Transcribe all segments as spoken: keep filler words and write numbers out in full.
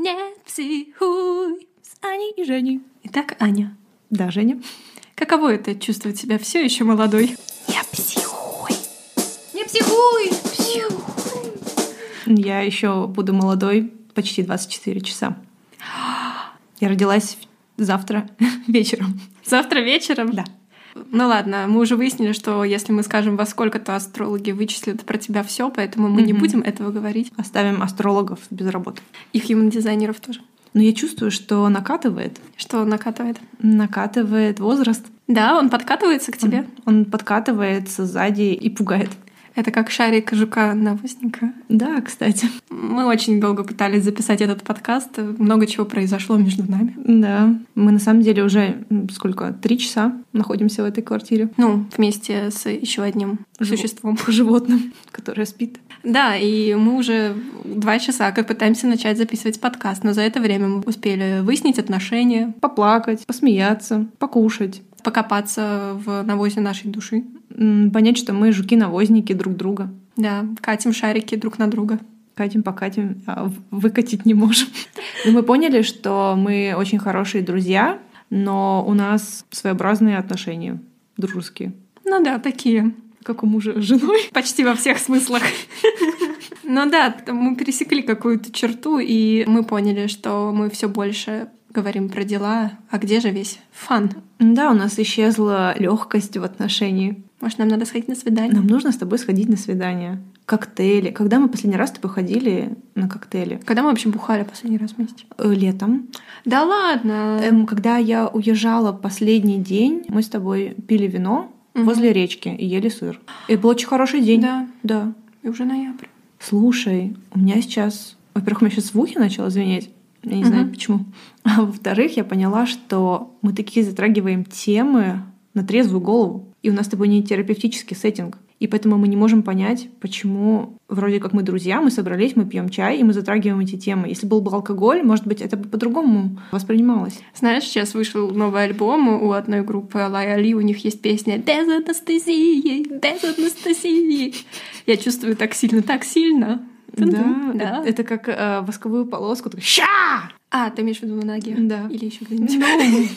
Не психуй с Аней и Женей. Итак, Аня. Да, Женя. Каково это чувствовать себя все еще молодой? Не психуй. Не психуй. Психуй. Я еще буду молодой почти двадцать четыре часа. Я родилась завтра вечером. Завтра вечером? Да. Ну ладно, мы уже выяснили, что если мы скажем во сколько, то астрологи вычислят про тебя все, поэтому мы mm-hmm. не будем этого говорить. Оставим астрологов без работы. И хьюман-дизайнеров тоже. Но я чувствую, что накатывает. Что накатывает? Накатывает возраст. Да, он подкатывается к тебе? Он, он подкатывается сзади и пугает. Это как шарик жука-навозника. Да, кстати. Мы очень долго пытались записать этот подкаст. Много чего произошло между нами. Да. Мы на самом деле уже сколько? Три часа находимся в этой квартире. Ну, вместе с еще одним Жив... существом. Животным, которое спит. Да, и мы уже два часа как пытаемся начать записывать подкаст, но за это время мы успели выяснить отношения, поплакать, посмеяться, покушать, покопаться в навозе нашей души. Понять, что мы жуки-навозники друг друга. Да, катим шарики друг на друга. Катим, покатим, а выкатить не можем. Но мы поняли, что мы очень хорошие друзья, но у нас своеобразные отношения дружеские. Ну да, такие. Как у мужа с женой. Почти во всех смыслах. Ну да, мы пересекли какую-то черту, и мы поняли, что мы все больше говорим про дела, а где же весь фан? Да, у нас исчезла легкость в отношении. Может, нам надо сходить на свидание? Нам нужно с тобой сходить на свидание. Коктейли. Когда мы последний раз с тобой ходили на коктейли? Когда мы вообще бухали последний раз вместе? Летом. Да ладно! Эм, когда я уезжала последний день, мы с тобой пили вино угу. возле речки и ели сыр. И был очень хороший день. Да. Да. И уже ноябрь. Слушай, у меня сейчас... Во-первых, у меня сейчас в ухе начало звенеть. Я не угу. знаю почему. А во-вторых, я поняла, что мы такие затрагиваем темы на трезвую голову. И у нас с тобой не терапевтический сеттинг. И поэтому мы не можем понять, почему вроде как мы друзья, мы собрались, мы пьем чай, и мы затрагиваем эти темы. Если был бы алкоголь, может быть, это бы по-другому воспринималось. Знаешь, сейчас вышел новый альбом у одной группы Алай Али, у них есть песня «Без анестезии, без анестезии». Я чувствую так сильно, так сильно. Да, да. Это, это как э, восковую полоску. Так, ща! А, ты имеешь в виду на ноге? Да. Или еще где-нибудь?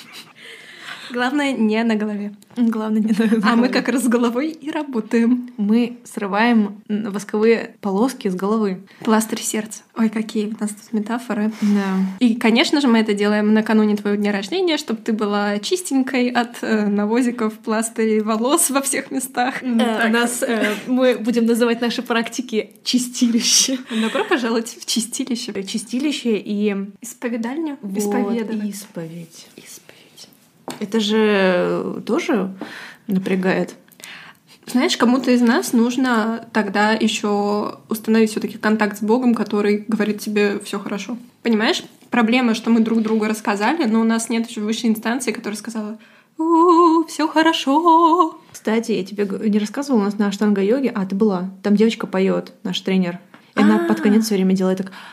Главное, не на голове. Главное, не на голове. А мы как раз с головой и работаем. Мы срываем восковые полоски с головы. Пластырь сердца. Ой, какие у нас тут метафоры. Да. И, конечно же, мы это делаем накануне твоего дня рождения, чтобы ты была чистенькой от э, навозиков, пластырей, волос во всех местах. Э, нас, э, мы будем называть наши практики чистилище. Добро пожаловать в чистилище. Чистилище и... Исповедальню? Вот, Исповедовать. Исповедь. Исповедь. Это же тоже напрягает. Знаешь, кому-то из нас нужно тогда еще установить все-таки контакт с Богом, который говорит тебе все хорошо. Понимаешь? Проблема, что мы друг другу рассказали, но у нас нет еще высшей инстанции, которая сказала: у все хорошо. Кстати, я тебе не рассказывала, у нас на аштанга-йоге, а ты была, там девочка поет, наш тренер. И она под конец все время делает так.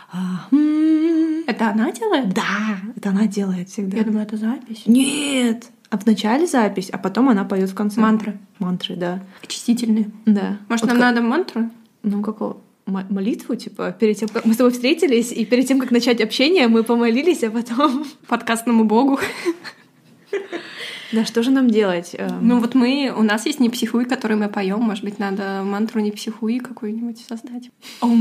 Это она делает? Да, это она делает всегда. Я думала, это запись. Нет. А в начале запись, а потом она поет в конце. Мантры. Мантры, да. Очистительные. Да. Может, вот нам как... надо мантру? Ну, какого? М- молитву, типа, перед тем, как мы с тобой встретились, и перед тем, как начать общение, мы помолились, а потом... Подкастному Богу. Да, что же нам делать? Ну вот мы, у нас есть «Не психуй», который мы поем. Может быть, надо мантру «Не психуй» какую-нибудь создать.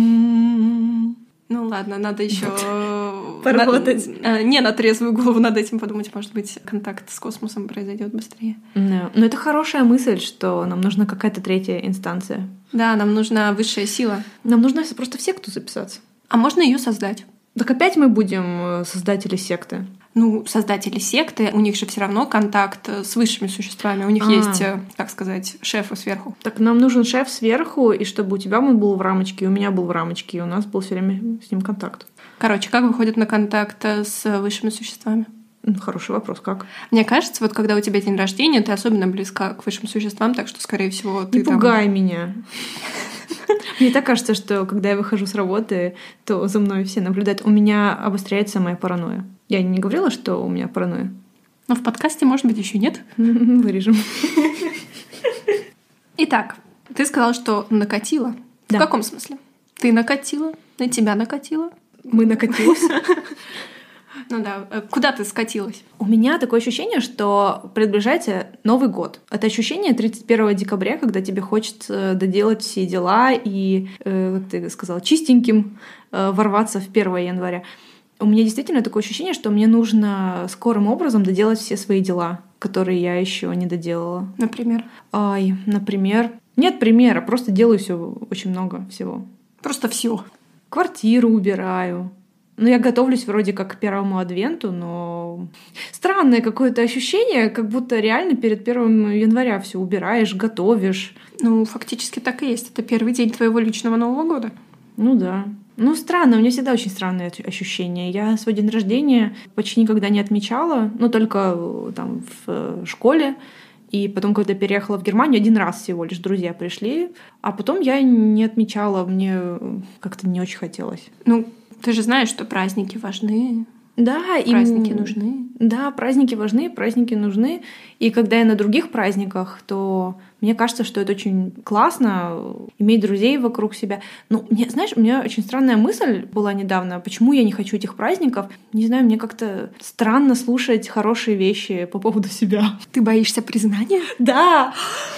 Ну ладно, надо еще поработать. На... Не на трезвую голову над этим подумать. Может быть, контакт с космосом произойдет быстрее. No. Но это хорошая мысль, что нам нужна какая-то третья инстанция. Да, нам нужна высшая сила. Нам нужно просто в секту записаться. А можно ее создать? Так опять мы будем создатели секты. Ну, создатели секты, у них же все равно контакт с высшими существами. У них а. есть, так сказать, шефы сверху. Так нам нужен шеф сверху, и чтобы у тебя он был в рамочке, и у меня был в рамочке, и у нас был все время с ним контакт. Короче, как выходит на контакт с высшими существами? Хороший вопрос, как? Мне кажется, вот когда у тебя день рождения, ты особенно близка к высшим существам, так что, скорее всего, ты Не там... пугай меня. Мне так кажется, что когда я выхожу с работы, то за мной все наблюдают. У меня обостряется моя паранойя. Я не говорила, что у меня паранойя? Но в подкасте, может быть, еще нет. Вырежем. Итак, ты сказала, что накатила. Да. В каком смысле? Ты накатила? На тебя накатила? Мы накатились. Ну да, куда ты скатилась? У меня такое ощущение, что приближается Новый год. Это ощущение тридцать первого декабря, когда тебе хочется доделать все дела и, э, как ты сказала, чистеньким э, ворваться в первое января. У меня действительно такое ощущение, что мне нужно скорым образом доделать все свои дела, которые я еще не доделала. Например? Ай, например... Нет примера, просто делаю все очень много всего. Просто все. Квартиру убираю. Ну, я готовлюсь вроде как к первому адвенту, но странное какое-то ощущение, как будто реально перед первым января все убираешь, готовишь. Ну, фактически так и есть. Это первый день твоего личного Нового года. Ну да. Ну, странно, у меня всегда очень странные ощущения. Я свой день рождения почти никогда не отмечала, ну, только там в школе. И потом, когда переехала в Германию, один раз всего лишь друзья пришли, а потом я не отмечала, мне как-то не очень хотелось. Ну, ты же знаешь, что праздники важны. Да, праздники и... нужны. Да, праздники важны, праздники нужны. И когда я на других праздниках, то мне кажется, что это очень классно иметь друзей вокруг себя. Ну, мне, знаешь, у меня очень странная мысль была недавно, почему я не хочу этих праздников. Не знаю, мне как-то странно слушать хорошие вещи по поводу себя. Ты боишься признания? Да!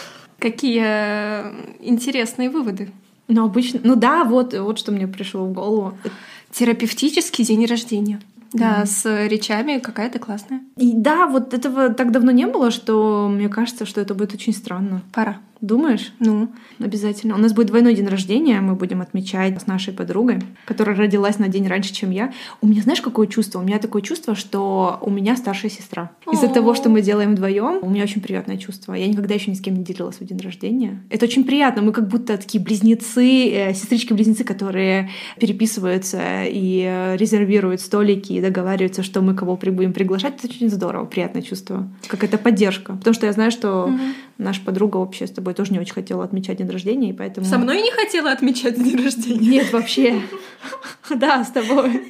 Какие интересные выводы. Ну, обычно... Ну да, вот, вот что мне пришло в голову. Терапевтический день рождения. Да, mm. с речами какая-то классная. И да, вот этого так давно не было, что мне кажется, что это будет очень странно. Пора. Думаешь? Ну, обязательно. У нас будет двойной день рождения, мы будем отмечать с нашей подругой, которая родилась на день раньше, чем я. У меня, знаешь, какое чувство? У меня такое чувство, что у меня старшая сестра. Из-за О-о-о. того, что мы делаем вдвоем, у меня очень приятное чувство. Я никогда еще ни с кем не делила свой день рождения. Это очень приятно. Мы как будто такие близнецы, э, сестрички-близнецы, которые переписываются и резервируют столики и договариваются, что мы кого будем приглашать. Это очень здорово, приятное чувство. Какая-то поддержка. Потому что я знаю, что угу. наша подруга вообще с тобой тоже не очень хотела отмечать день рождения, и поэтому... Со мной не хотела отмечать день рождения? Нет, вообще. Да, с тобой.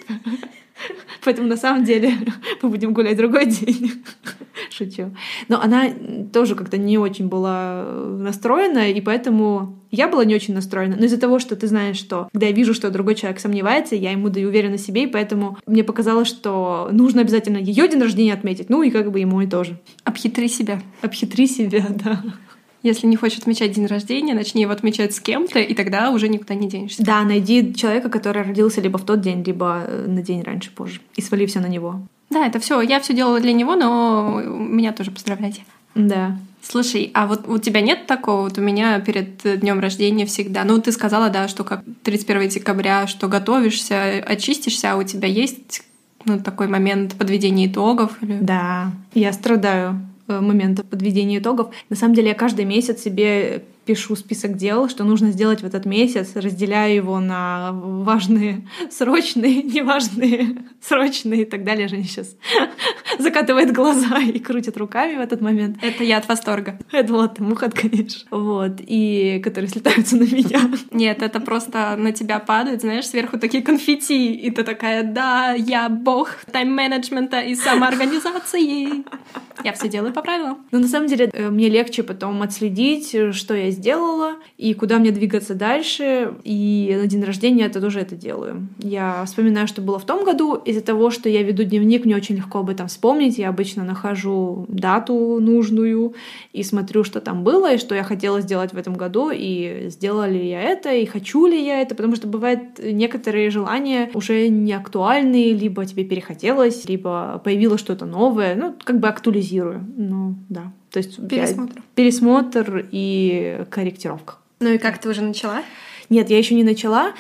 Поэтому на самом деле мы будем гулять другой день. Шучу. Но она тоже как-то не очень была настроена, и поэтому я была не очень настроена. Но из-за того, что ты знаешь, что когда я вижу, что другой человек сомневается, я ему даю уверенность в себе, и поэтому мне показалось, что нужно обязательно ее день рождения отметить, ну и как бы и мой тоже. Обхитри себя. Обхитри себя, да. Если не хочешь отмечать день рождения, начни его отмечать с кем-то, и тогда уже никуда не денешься. Да, найди человека, который родился либо в тот день, либо на день раньше, позже, и свали все на него. Да, это все. Я все делала для него, но меня тоже поздравляйте. Да. Слушай, а вот у тебя нет такого? Вот у меня перед днем рождения всегда. Ну, ты сказала, да, что как тридцать первого декабря, что готовишься, очистишься, а у тебя есть ну, такой момент подведения итогов? Или... Да, я страдаю момента подведения итогов. На самом деле я каждый месяц себе пишу список дел, что нужно сделать в этот месяц, разделяю его на важные, срочные, неважные, срочные и так далее. Женя сейчас закатывает глаза и крутит руками в этот момент. Это я от восторга. Это вот муха, конечно. Вот. И которые слетаются на меня. Нет, это просто на тебя падают, знаешь, сверху такие конфетти, и ты такая, да, я бог тайм-менеджмента и самоорганизации. Я все делаю по правилам. Но на самом деле мне легче потом отследить, что я сделала и куда мне двигаться дальше. И на день рождения я тоже это делаю. Я вспоминаю, что было в том году. Из-за того, что я веду дневник, мне очень легко об этом вспомнить. Я обычно нахожу дату нужную и смотрю, что там было и что я хотела сделать в этом году, и сделала ли я это, и хочу ли я это. Потому что бывает, некоторые желания уже не актуальны, либо тебе перехотелось, либо появилось что-то новое. Ну, как бы актуализировать. Ну, да. То есть пересмотр. Пересмотр и корректировка. Ну и как, ты уже начала? Нет, я еще не начала.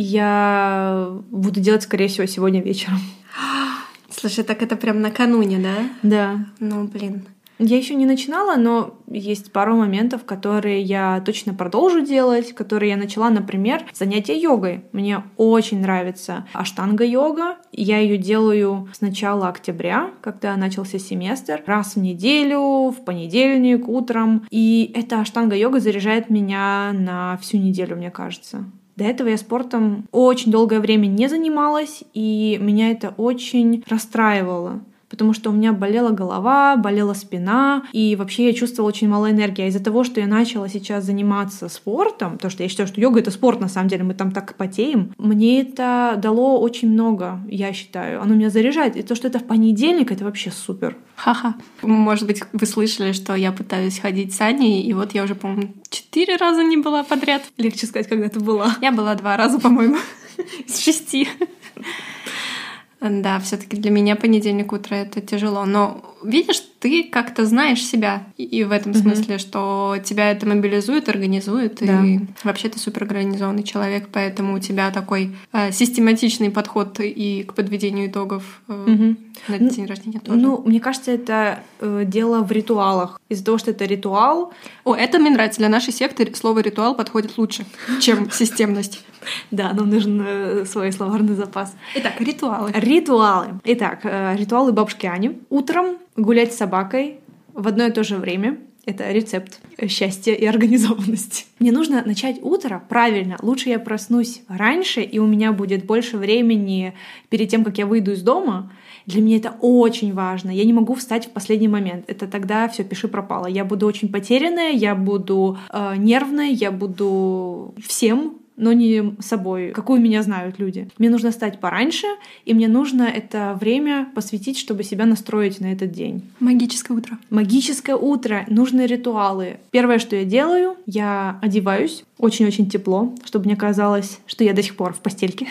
Я буду делать, скорее всего, сегодня вечером. Слушай, так это прям накануне, да? Да. Ну, блин. Я еще не начинала, но есть пару моментов, которые я точно продолжу делать, которые я начала, например, занятия йогой. Мне очень нравится аштанга-йога. Я ее делаю с начала октября, когда начался семестр, раз в неделю, в понедельник, утром. И эта аштанга-йога заряжает меня на всю неделю, мне кажется. До этого я спортом очень долгое время не занималась, и меня это очень расстраивало. потому что у меня болела голова, болела спина, и вообще я чувствовала очень мало энергии. А из-за того, что я начала сейчас заниматься спортом, потому что я считаю, что йога — это спорт, на самом деле, мы там так потеем, мне это дало очень много, я считаю. Оно меня заряжает. И то, что это в понедельник, это вообще супер. Ха-ха. Может быть, вы слышали, что я пытаюсь ходить с Аней, и вот я уже, по-моему, четыре раза не была подряд. Легче сказать, когда ты была. Я была два раза, по-моему, из шести. Да, все-таки для меня понедельник утро это тяжело. Но видишь, ты как-то знаешь себя. И в этом смысле, mm-hmm. что тебя это мобилизует, организует. Да. И вообще ты суперорганизованный человек, поэтому у тебя такой э, систематичный подход и к подведению итогов э, mm-hmm. на ну, день рождения тоже. Ну, мне кажется, это э, дело в ритуалах. Из-за того, что это ритуал... О, это мне нравится. Для нашей секты слово «ритуал» подходит лучше, чем системность. Да, нам нужен свой словарный запас. Итак, ритуалы. Ритуалы. Итак, ритуалы бабушки Ани. Утром гулять с собакой в одно и то же время. Это рецепт счастья и организованности. Мне нужно начать утро правильно. Лучше я проснусь раньше, и у меня будет больше времени перед тем, как я выйду из дома. Для меня это очень важно. Я не могу встать в последний момент. Это тогда все, пиши пропало. Я буду очень потерянная, я буду э, нервной, я буду всем, но не собой, какую меня знают люди. Мне нужно встать пораньше, и мне нужно это время посвятить, чтобы себя настроить на этот день. Магическое утро. Магическое утро. Нужны ритуалы. Первое, что я делаю, я одеваюсь. Очень-очень тепло, чтобы мне казалось, что я до сих пор в постельке.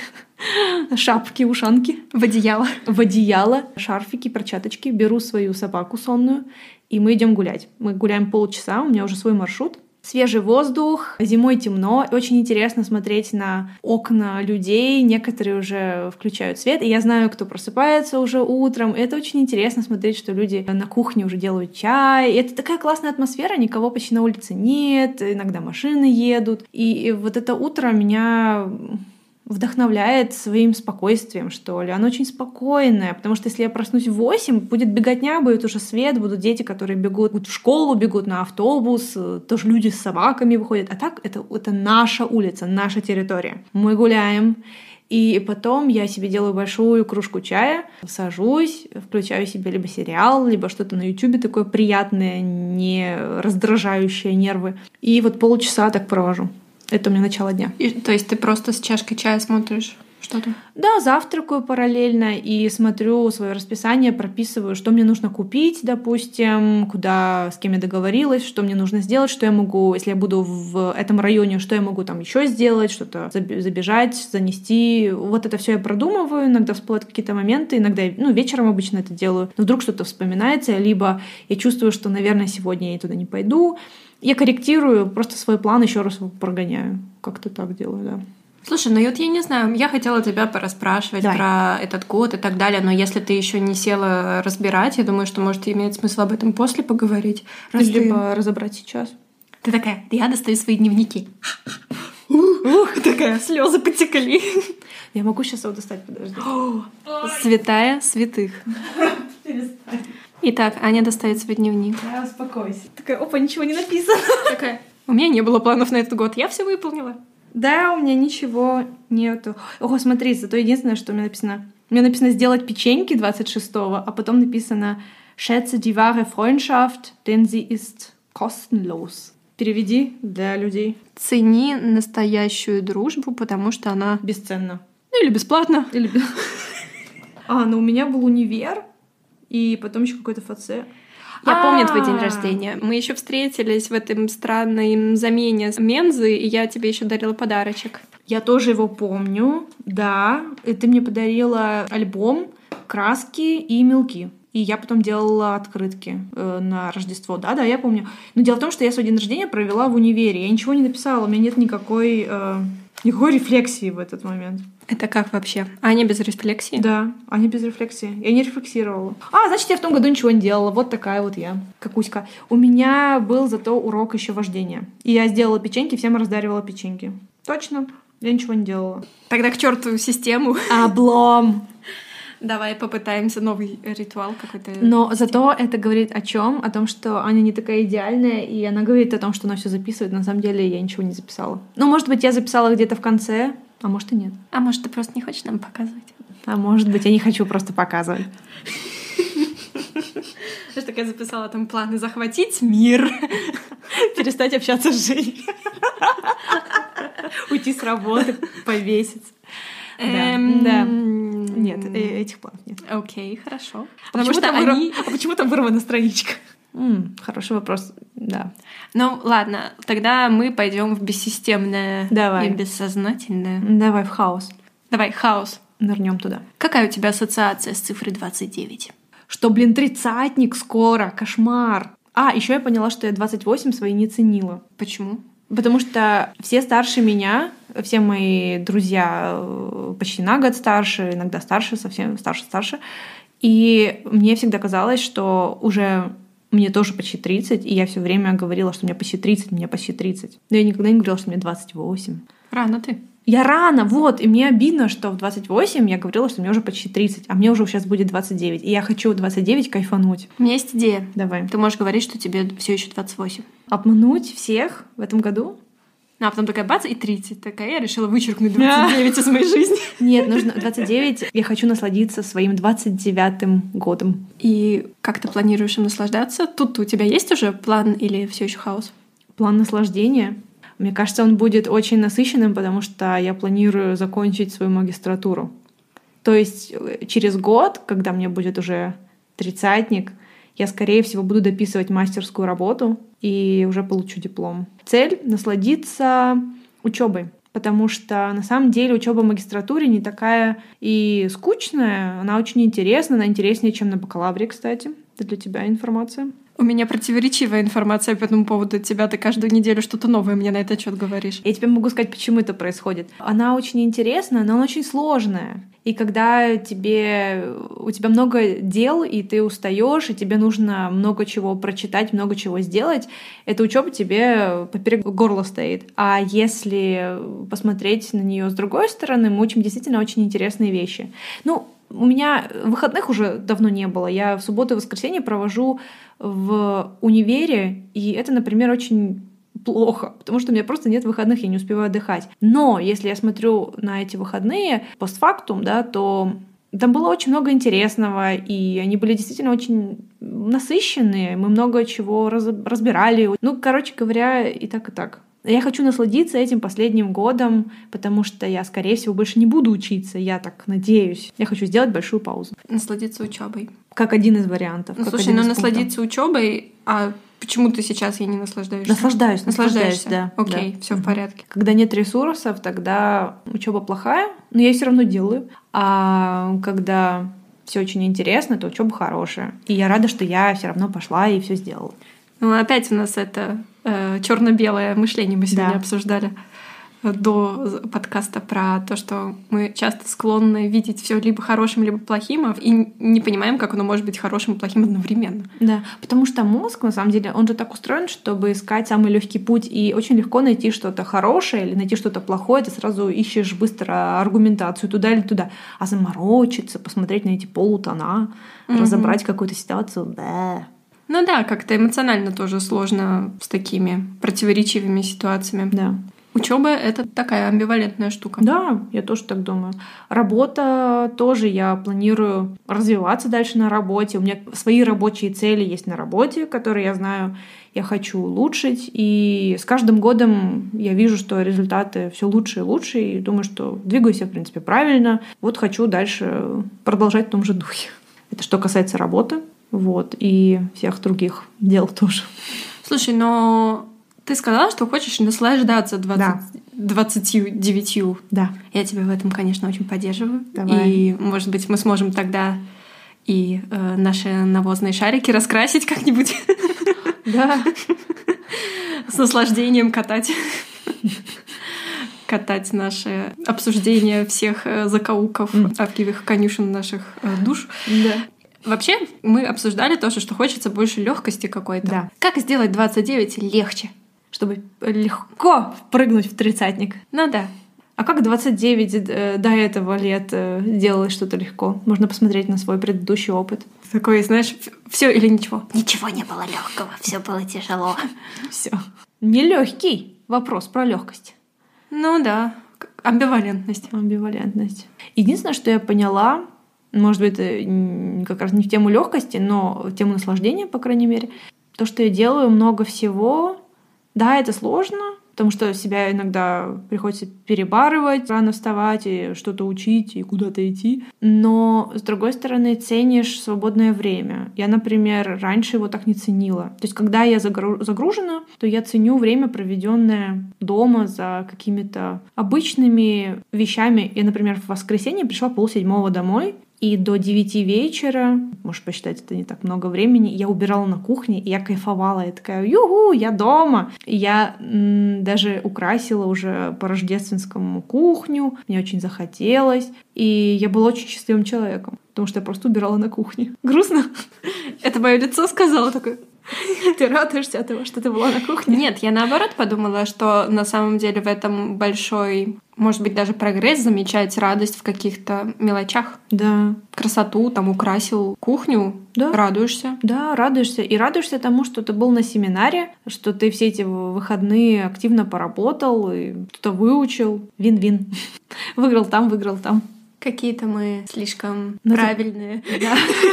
Шапки, ушанки. В одеяло. В одеяло. Шарфики, перчаточки. Беру свою собаку сонную, и мы идем гулять. Мы гуляем полчаса, у меня уже свой маршрут. Свежий воздух, зимой темно. Очень интересно смотреть на окна людей. Некоторые уже включают свет. И я знаю, кто просыпается уже утром. И это очень интересно смотреть, что люди на кухне уже делают чай. И это такая классная атмосфера. Никого почти на улице нет. Иногда машины едут. И вот это утро меня вдохновляет своим спокойствием, что ли. Оно очень спокойное, потому что если я проснусь в восемь, будет беготня, будет уже свет, будут дети, которые бегут в школу, бегут на автобус, тоже люди с собаками выходят. А так это, это наша улица, наша территория. Мы гуляем, и потом я себе делаю большую кружку чая, сажусь, включаю себе либо сериал, либо что-то на ютубе такое приятное, не раздражающее нервы. И вот полчаса так провожу. Это у меня начало дня. И, то есть ты просто с чашкой чая смотришь что-то? Да, завтракаю параллельно и смотрю свое расписание, прописываю, что мне нужно купить, допустим, куда, с кем я договорилась, что мне нужно сделать, что я могу, если я буду в этом районе, что я могу там еще сделать, что-то забежать, занести. Вот это все я продумываю, иногда всплывают какие-то моменты, иногда, ну, вечером обычно это делаю, но вдруг что-то вспоминается, либо я чувствую, что, наверное, сегодня я туда не пойду. Я корректирую, просто свой план еще раз прогоняю. Как-то так делаю, да. Слушай, ну вот я не знаю, я хотела тебя порасспрашивать Давай. Про этот год и так далее, но если ты еще не села разбирать, я думаю, что, может, имеет смысл об этом после поговорить. Либо ты... разобрать сейчас. Ты такая, я достаю свои дневники. Ух, такая, слезы потекли. Я могу сейчас его достать, подожди. Святая святых. Перестань. Итак, Аня достает свой дневник. Да, успокойся. Такая, опа, ничего не написано. Такая, у меня не было планов на этот год, я все выполнила. Да, у меня ничего нету. Ого, смотри, зато единственное, что у меня написано. У меня написано «сделать печеньки двадцать шестого», а потом написано «Schätze die wahre Freundschaft, denn sie ist kostenlos». Переведи для людей. Цени настоящую дружбу, потому что она бесценна. Ну или бесплатно. Или... А, ну у меня был универ, и потом еще какой-то ФЦ. Я А-а-а. помню твой день рождения. Мы еще встретились в этом странном замене Мензы, и я тебе еще дарила подарочек. Я тоже его помню, да. И ты мне подарила альбом, краски и мелки. И я потом делала открытки э, на Рождество. Да-да, я помню. Но дело в том, что я свой день рождения провела в универе. Я ничего не написала, у меня нет никакой, э, никакой рефлексии в этот момент. Это как вообще? Аня без рефлексии? Да, Аня без рефлексии. Я не рефлексировала. А, значит, я в том году ничего не делала. Вот такая вот я, какуська. У меня был зато урок еще вождения. И я сделала печеньки, всем раздаривала печеньки. Точно, я ничего не делала. Тогда к черту систему. Облом. Давай попытаемся новый ритуал какой-то. Но зато это говорит о чем? О том, что Аня не такая идеальная, и она говорит о том, что она все записывает. На самом деле я ничего не записала. Ну, может быть, я записала где-то в конце, а может и нет. А может, ты просто не хочешь нам показывать? А может быть, я не хочу просто показывать. я записала там планы захватить мир. Перестать общаться с Женей. Уйти с работы, повеситься. Да. Нет, этих планов нет. Окей, хорошо. Потому что они... А почему там вырвана страничка? Хороший вопрос, да. Ну, ладно, тогда мы пойдем в бессистемное Давай. и бессознательное. Давай в хаос. Давай, хаос. Нырнем туда. Какая у тебя ассоциация с цифрой двадцать девять? Что, блин, тридцатник скоро, кошмар. А, еще я поняла, что я двадцать восемь свои не ценила. Почему? Потому что все старше меня, все мои друзья почти на год старше, иногда старше, совсем старше-старше. И мне всегда казалось, что уже мне тоже почти тридцать, и я все время говорила, что мне почти тридцать, мне почти тридцать. Но я никогда не говорила, что мне двадцать восемь. Рано ты. Я рано, вот, и мне обидно, что в двадцать восемь я говорила, что мне уже почти тридцать, а мне уже сейчас будет двадцать девять, и я хочу в двадцать девять кайфануть. У меня есть идея. Давай. Ты можешь говорить, что тебе все еще двадцать восемь. Обмануть всех в этом году? Ну, а потом такая бац, и тридцать. Такая, я решила вычеркнуть двадцать девять из моей жизни. Нет, нужно двадцать девять. Я хочу насладиться своим двадцать девятым годом. И как ты планируешь им наслаждаться? Тут у тебя есть уже план или все еще хаос? План наслаждения? Мне кажется, он будет очень насыщенным, потому что я планирую закончить свою магистратуру. То есть через год, когда мне будет уже тридцатник, я, скорее всего, буду дописывать мастерскую работу и уже получу диплом. Цель — насладиться учебой, потому что на самом деле учеба в магистратуре не такая и скучная, она очень интересна, она интереснее, чем на бакалавре, кстати. Это для тебя информация. У меня противоречивая информация по этому поводу от тебя. Ты каждую неделю что-то новое мне на этот счет говоришь. Я тебе могу сказать, почему это происходит. Она очень интересная, но она очень сложная. И когда тебе, у тебя много дел, и ты устаешь, и тебе нужно много чего прочитать, много чего сделать, эта учеба тебе поперек горла стоит. А если посмотреть на нее с другой стороны, мы учим действительно очень интересные вещи. Ну, у меня выходных уже давно не было. Я в субботу и воскресенье провожу в универе, и это, например, очень плохо, потому что у меня просто нет выходных, я не успеваю отдыхать. Но если я смотрю на эти выходные постфактум, да, то там было очень много интересного, и они были действительно очень насыщенные. Мы много чего раз- разбирали. Ну, короче говоря, и так, и так. Я хочу насладиться этим последним годом, потому что я, скорее всего, больше не буду учиться, я так надеюсь. Я хочу сделать большую паузу. Насладиться учебой. Как один из вариантов. Ну, как слушай, один ну из насладиться учебой, а почему ты сейчас ей не наслаждаешься? Наслаждаюсь, наслаждаюсь, Наслаждаешься? да. Окей, да. все в Мгм. порядке. Когда нет ресурсов, тогда учеба плохая, но я все равно делаю. А когда все очень интересно, то учеба хорошая. И я рада, что я все равно пошла и все сделала. Ну, опять у нас это э, черно-белое мышление мы сегодня Да. обсуждали до подкаста про то, что мы часто склонны видеть все либо хорошим, либо плохим, и не понимаем, как оно может быть хорошим и плохим одновременно. Да, потому что мозг, на самом деле, он же так устроен, чтобы искать самый легкий путь, и очень легко найти что-то хорошее или найти что-то плохое, ты сразу ищешь быстро аргументацию туда или туда, а заморочиться, посмотреть на эти полутона, Мгм. разобрать какую-то ситуацию, да. Ну да, как-то эмоционально тоже сложно с такими противоречивыми ситуациями. Да. Учеба — это такая амбивалентная штука. Да, я тоже так думаю. Работа тоже, я планирую развиваться дальше на работе. У меня свои рабочие цели есть на работе, которые я знаю, я хочу улучшить. И с каждым годом я вижу, что результаты все лучше и лучше, и думаю, что двигаюсь я, в принципе, правильно. Вот хочу дальше продолжать в том же духе. Это что касается работы, вот, и всех других дел тоже. Слушай, но ты сказала, что хочешь наслаждаться двадцать, двадцатью девятью. Да. Я тебя в этом, конечно, очень поддерживаю. Давай. И, может быть, мы сможем тогда и э, наши навозные шарики раскрасить как-нибудь. Да. С наслаждением катать. Катать наши обсуждения всех э, закоулков, авгиевых конюшен наших э, душ. Да. Вообще, мы обсуждали тоже, что хочется больше легкости какой-то. Да. Как сделать двадцать девять легче? Чтобы легко впрыгнуть в тридцатник. Ну да. А как двадцать девять э, до этого лет э, делалось что-то легко? Можно посмотреть на свой предыдущий опыт. Такой, знаешь, все или ничего. Ничего не было легкого, все было тяжело. Все. Нелегкий вопрос про легкость. Ну да, амбивалентность. Амбивалентность. Единственное, что я поняла, Может быть, это как раз не в тему легкости, но в тему наслаждения, по крайней мере. То, что я делаю много всего, да, это сложно, потому что себя иногда приходится перебарывать, рано вставать и что-то учить и куда-то идти. Но, с другой стороны, ценишь свободное время. Я, например, раньше его так не ценила. То есть, когда я загру- загружена, то я ценю время, проведенное дома за какими-то обычными вещами. Я, например, в воскресенье пришла полседьмого домой, и до девяти вечера, можешь посчитать, это не так много времени, я убирала на кухне, и я кайфовала. Я такая, югу, я дома. И я м, даже украсила уже по-рождественскому кухню. Мне очень захотелось. И я была очень счастливым человеком, потому что я просто убирала на кухне. Грустно? Это мое лицо сказала такое. Ты радуешься от того, что ты была на кухне? Нет, я наоборот подумала, что на самом деле в этом большой, может быть, даже прогресс замечать радость в каких-то мелочах. Да. Красоту, там, украсил кухню, да. Радуешься. Да, радуешься. И радуешься тому, что ты был на семинаре, что ты все эти выходные активно поработал и что-то выучил. Вин-вин. Выиграл там, выиграл там. Какие-то мы слишком Но правильные. Да.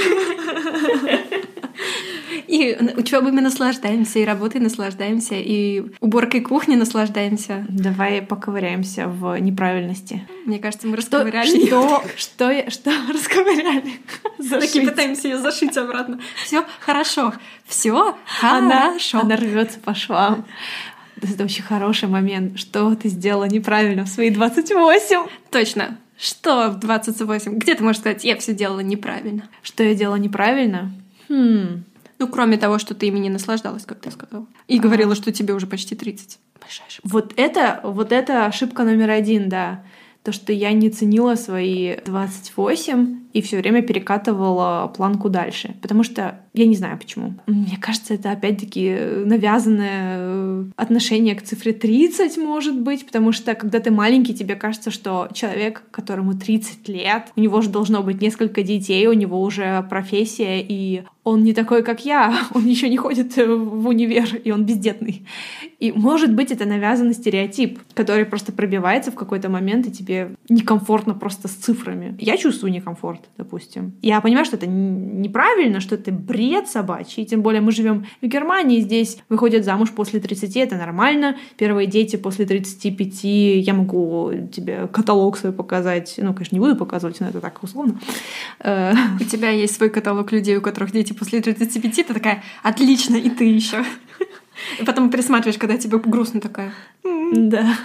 И учебами наслаждаемся, и работой наслаждаемся, и уборкой кухни наслаждаемся. Давай поковыряемся в неправильности. Мне кажется, мы расковыряли. Что? Что? Что расковыряли? Такие пытаемся ее зашить обратно. Все хорошо. Все хорошо. Она рвется по швам. Это очень хороший момент. Что ты сделала неправильно в свои двадцать восемь? Точно. Что в двадцать восемь? Где ты можешь сказать, я все делала неправильно? Что я делала неправильно? Хм... Ну, кроме того, что ты ими не наслаждалась, как ты сказала. И а... говорила, что тебе уже почти тридцать. Большая ошибка. Вот это, вот это ошибка номер один, да. То, что я не ценила свои двадцать восемь и все время перекатывала планку дальше. Потому что я не знаю почему. Мне кажется, это опять-таки навязанное отношение к цифре тридцать, может быть. Потому что когда ты маленький, тебе кажется, что человек, которому тридцать лет, у него же должно быть несколько детей, у него уже профессия, и он не такой, как я. Он еще не ходит в универ, и он бездетный. И, может быть, это навязанный стереотип, который просто пробивается в какой-то момент, и тебе некомфортно просто с цифрами. Я чувствую некомфорт, допустим. Я понимаю, что это неправильно, что это бред собачий. Тем более мы живем в Германии, здесь выходят замуж после тридцати, это нормально. Первые дети после тридцати пяти, я могу тебе каталог свой показать. Ну, конечно, не буду показывать, но это так условно. У тебя есть свой каталог людей, у которых дети после тридцати пяти, ты такая, отлично, и ты еще. И потом пересматриваешь, когда тебе грустно, такая. Да.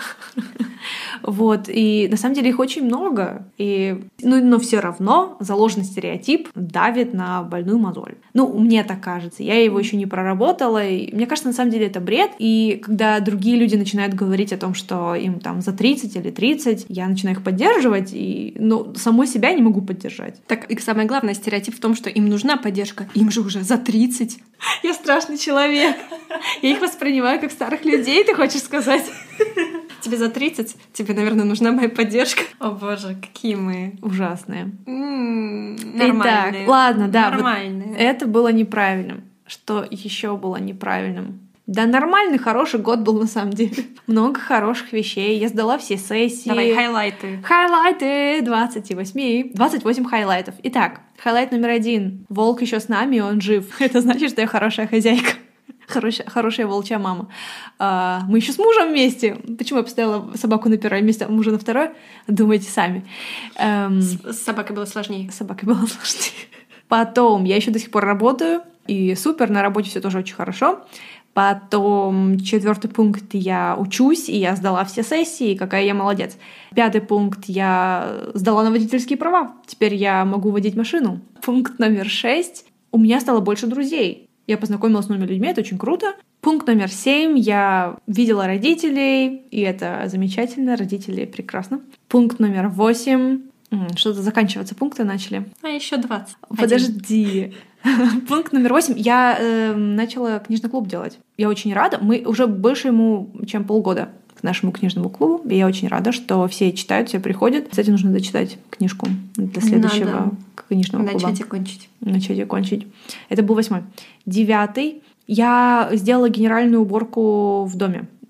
Вот. И на самом деле их очень много. И, ну, но все равно заложенный стереотип давит на больную мозоль. Ну, мне так кажется. Я его еще не проработала. И мне кажется, на самом деле это бред. И когда другие люди начинают говорить о том, что им там за тридцать или тридцать, я начинаю их поддерживать, и, ну, самой себя не могу поддержать. Так, и самое главное, стереотип в том, что им нужна поддержка. Им же уже за тридцать. Я страшный человек. Я их воспринимаю как старых людей, ты хочешь сказать? Тебе за тридцать, тебе, наверное, нужна моя поддержка. О боже, какие мы ужасные. М-м, нормальные. Итак, ладно, да. Нормальные. Вот это было неправильным. Что еще было неправильным? Да, нормальный, хороший год был на самом деле. Много хороших вещей. Я сдала все сессии. Давай, хайлайты. Хайлайты двадцать восемь. двадцать восемь хайлайтов. Итак, хайлайт номер один. Волк еще с нами, он жив. Это значит, что я хорошая хозяйка. Хорошая, хорошая волчья мама. А, мы еще с мужем вместе. Почему я поставила собаку на первое место, а мужа на второе? Думайте сами. Эм, с, с собакой было сложнее. С собакой было сложнее. Потом, я еще до сих пор работаю, и супер, на работе все тоже очень хорошо. Потом четвертый пункт, я учусь, и я сдала все сессии, какая я молодец. Пятый пункт, я сдала на водительские права. Теперь я могу водить машину. Пункт номер шесть, у меня стало больше друзей. Я познакомилась с новыми людьми, это очень круто. Пункт номер семь, я видела родителей, и это замечательно, родители прекрасно. Пункт номер восемь, что-то заканчиваться пункты начали. А еще двадцать. Подожди. Пункт номер восемь. Я э, начала книжный клуб делать. Я очень рада. Мы уже больше ему, чем полгода к нашему книжному клубу. И я очень рада, что все читают, все приходят. Кстати, нужно дочитать книжку для следующего Надо книжного клуба. Начать и кончить. Начать и кончить. Это был восьмой. Девятый. Я сделала генеральную уборку в доме.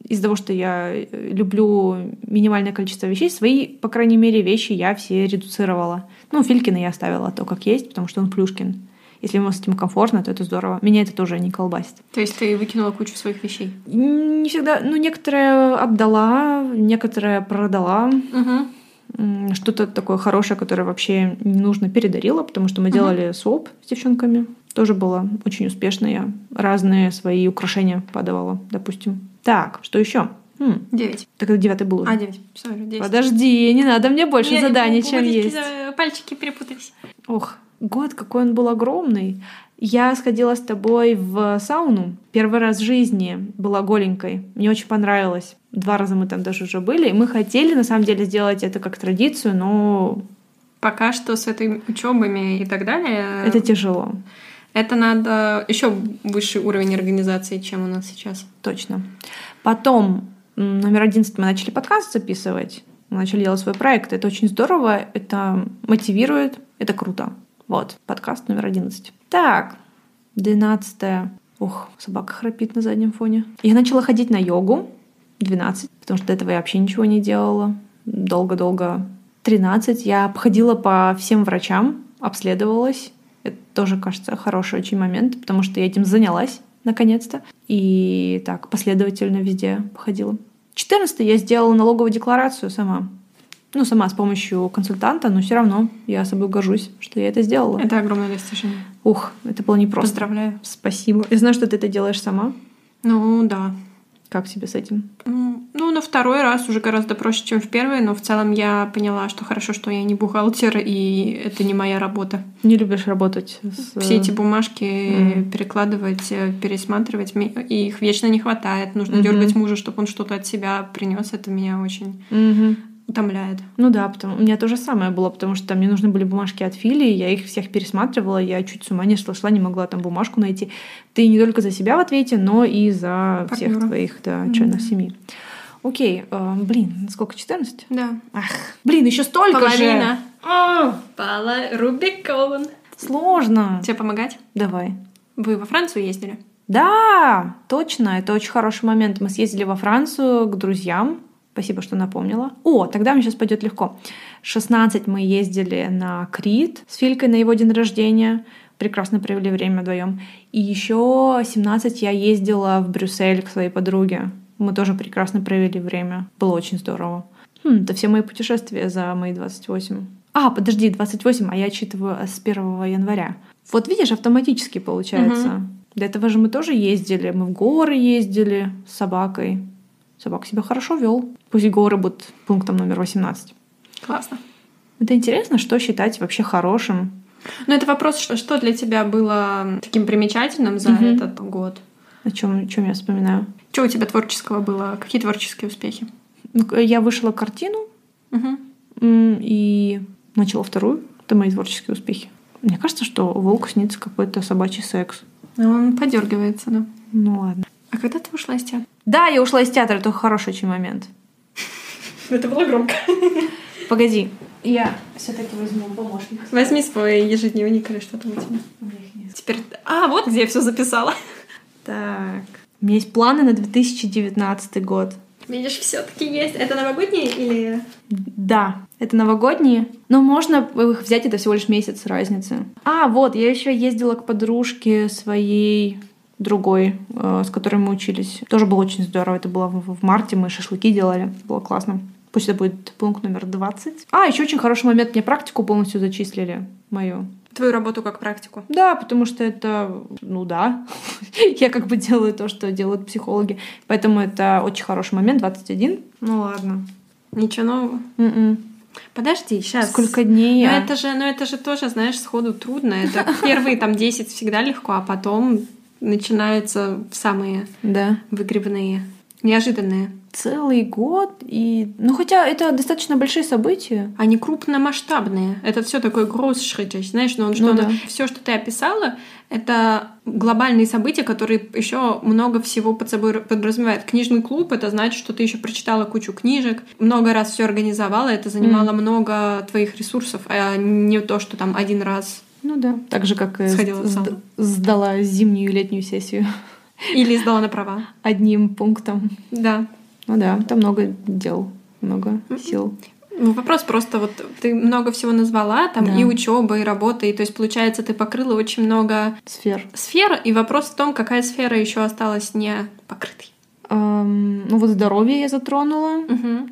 из-за того, что я люблю минимальное количество вещей, свои, по крайней мере, вещи я все редуцировала. Ну, Филькина я оставила то, как есть, потому что он Плюшкин. Если ему с этим комфортно, то это здорово. Меня это тоже не колбасит. То есть ты выкинула кучу своих вещей? Не всегда. Ну, некоторые отдала, некоторые продала. Угу. Что-то такое хорошее, которое вообще не нужно, передарила, потому что мы угу. делали своп с девчонками. Тоже было очень успешно. Я разные свои украшения подавала, допустим. Так, что еще? Хм. Девять. Так это девятый был уже. А, девять. Sorry, девять. Подожди, не надо мне больше Я заданий, не чем есть. Пальчики перепутались. Ох, год какой он был огромный. Я сходила с тобой в сауну. Первый раз в жизни была голенькой. Мне очень понравилось. Два раза мы там даже уже были. И мы хотели, на самом деле, сделать это как традицию, но... Пока что с этой учебами и так далее... Это тяжело. Это надо еще высший уровень организации, чем у нас сейчас. Точно. Потом, номер одиннадцать, мы начали подкаст записывать. Мы начали делать свой проект. Это очень здорово, это мотивирует, это круто. Вот, подкаст номер одиннадцать. Так, двенадцатое. Ух, собака храпит на заднем фоне. Я начала ходить на йогу. двенадцать, потому что до этого я вообще ничего не делала. Долго-долго. тринадцать. Я обходила по всем врачам, обследовалась. Это тоже, кажется, хороший очень момент, потому что я этим занялась наконец-то. И так, последовательно везде походила. четырнадцатое. Я сделала налоговую декларацию сама. Ну, сама с помощью консультанта, но все равно я собой горжусь, что я это сделала. Это огромное достижение. Ух, это было непросто. Поздравляю. Спасибо. Я знаю, что ты это делаешь сама. Ну, да. Как тебе с этим? Ну, на второй раз уже гораздо проще, чем в первый, но в целом я поняла, что хорошо, что я не бухгалтер, и это не моя работа. Не любишь работать с... Все эти бумажки mm. перекладывать, пересматривать, и их вечно не хватает. Нужно mm-hmm. дергать мужа, чтобы он что-то от себя принес. Это меня очень mm-hmm. утомляет. Ну да, потому... у меня то же самое было, потому что мне нужны были бумажки от Фили, я их всех пересматривала, я чуть с ума не сошла, не могла там бумажку найти. Ты не только за себя в ответе, но и за Партнёра. Всех твоих да, mm-hmm. членов семьи. Окей, э, блин, сколько, четырнадцать? Да. Ах, блин, еще столько Половина. же! А! Пала Рубикон. Сложно. Тебе помогать? Давай. Вы во Францию ездили? Да, точно, это очень хороший момент. Мы съездили во Францию к друзьям. Спасибо, что напомнила. О, тогда мне сейчас пойдет легко. шестнадцать мы ездили на Крит с Филькой на его день рождения. Прекрасно провели время вдвоем. И еще семнадцать я ездила в Брюссель к своей подруге. Мы тоже прекрасно провели время. Было очень здорово. Хм, это все мои путешествия за мои двадцать восемь. А, подожди, двадцать восемь, а я отчитываю с первого января. Вот видишь, автоматически получается. Угу. До этого же мы тоже ездили. Мы в горы ездили с собакой. Собака себя хорошо вел. Пусть горы будут пунктом номер восемнадцать. Классно. Это интересно, что считать вообще хорошим. Ну, это вопрос, что, что для тебя было таким примечательным за угу. этот год? О чем, о чем я вспоминаю? Что у тебя творческого было? Какие творческие успехи? Я вышла картину угу. и начала вторую. Это мои творческие успехи. Мне кажется, что волку снится какой-то собачий секс. Он подергивается, да. Ну ладно. А когда ты ушла из театра? Да, я ушла из театра, это хороший очень момент. Это было громко. Погоди, я все-таки возьму помощник. Возьми свой ежедневник или что там у тебя. У меня их нет. Теперь... А, вот где я все записала. Так. У меня есть планы на две тысячи девятнадцатый год. Видишь, все-таки есть. Это новогодние или... Да, это новогодние. Но можно их взять, это всего лишь месяц разницы. А, вот, я еще ездила к подружке своей... другой, э, с которой мы учились. Тоже было очень здорово. Это было в, в марте, мы шашлыки делали. Было классно. Пусть это будет пункт номер двадцать. А, еще очень хороший момент. Мне практику полностью зачислили. Мою. Твою работу как практику? Да, потому что это... Ну да. Я как бы делаю то, что делают психологи. Поэтому это очень хороший момент. двадцать один. Ну ладно. Ничего нового? Mm-mm. Подожди, сейчас. Сколько дней? Но а? это же, но это же тоже, знаешь, сходу трудно. Это первые там десять всегда легко, а потом... начинаются самые да. выгребные, неожиданные. Целый год. И... Ну, хотя это достаточно большие события. Они крупномасштабные. Это все такой großschrittig. Знаешь, но он, что ну, он, да. все, что ты описала, это глобальные события, которые еще много всего под собой подразумевают. Книжный клуб — это значит, что ты еще прочитала кучу книжек, много раз все организовала, это занимало mm. много твоих ресурсов, а не то, что там один раз. Ну да. Так же, как и сд- сдала зимнюю и летнюю сессию. Или сдала на права. Одним пунктом. Да. Ну да, там много дел, много сил. Ну, вопрос просто, вот ты много всего назвала, там Да. и учеба, и работа, и то есть, получается, ты покрыла очень много Сфер. сфер, и вопрос в том, какая сфера еще осталась не покрытой. Эм, ну вот здоровье я затронула, Угу.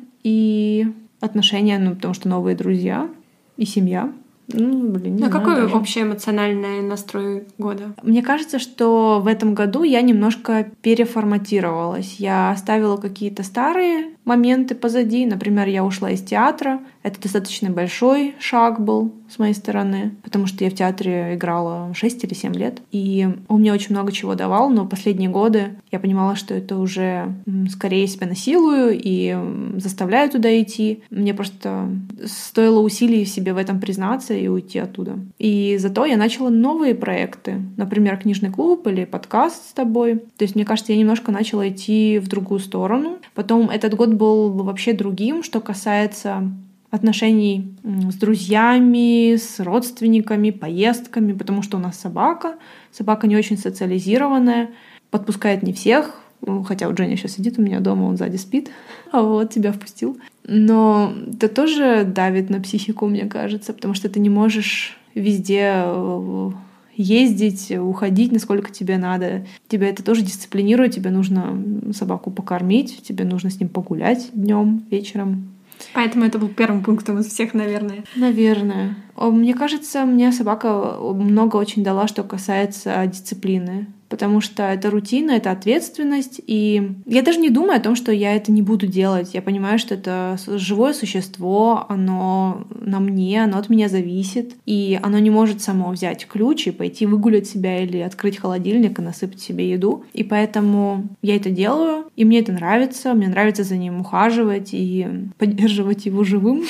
и отношения, ну потому что новые друзья, и семья. Ну, блин, не А знаю какой даже. общий эмоциональный настрой года? Мне кажется, что в этом году я немножко переформатировалась. Я оставила какие-то старые моменты позади. Например, я ушла из театра. Это достаточно большой шаг был с моей стороны, потому что я в театре играла шесть или семь лет. И он мне очень много чего давал, но последние годы я понимала, что это уже м, скорее себя насилую и м, заставляю туда идти. Мне просто стоило усилий в себе в этом признаться и уйти оттуда. И зато я начала новые проекты. Например, книжный клуб или подкаст с тобой. То есть, мне кажется, я немножко начала идти в другую сторону. Потом этот год был вообще другим, что касается отношений м, с друзьями, с родственниками, поездками, потому что у нас собака. Собака не очень социализированная, подпускает не всех. Ну, хотя вот Женя сейчас сидит у меня дома, он сзади спит, а вот тебя впустил. Но это тоже давит на психику, мне кажется, потому что ты не можешь везде э, ездить, уходить, насколько тебе надо. Тебя это тоже дисциплинирует, тебе нужно собаку покормить, тебе нужно с ним погулять днем, вечером. Поэтому это был первым пунктом из всех, наверное. Наверное. О, Мне кажется, мне собака много очень дала, что касается дисциплины. Потому что это рутина, это ответственность. И я даже не думаю о том, что я это не буду делать. Я понимаю, что это живое существо, оно на мне, оно от меня зависит. И оно не может само взять ключ и пойти выгулять себя или открыть холодильник и насыпать себе еду. И поэтому я это делаю, и мне это нравится. Мне нравится за ним ухаживать и поддерживать его живым.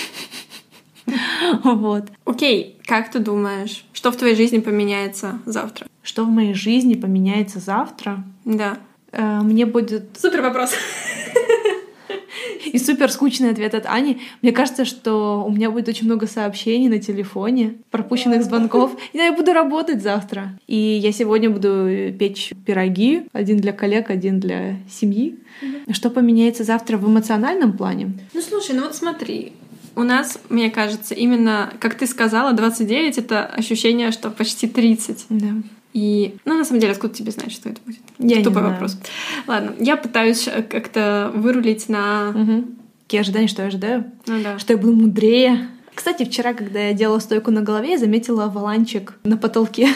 Вот. Окей, как ты думаешь, что в твоей жизни поменяется завтра? Что в моей жизни поменяется завтра? Да. Э, Мне будет Супер вопрос. и супер скучный ответ от Ани. Мне кажется, что у меня будет очень много сообщений на телефоне, пропущенных звонков. И я буду работать завтра. И я сегодня буду печь пироги. Один для коллег, один для семьи. Что поменяется завтра в эмоциональном плане? Ну слушай, ну вот смотри. У нас, мне кажется, именно, как ты сказала, двадцать девять — это ощущение, что почти тридцать. Да. И, ну, на самом деле, откуда тебе знать, что это будет? Я не Тупой знаю. вопрос. Ладно, я пытаюсь как-то вырулить на... Угу. Какие ожидания, что я ожидаю? Ну да. Что я буду мудрее. Кстати, вчера, когда я делала стойку на голове, я заметила валанчик на потолке.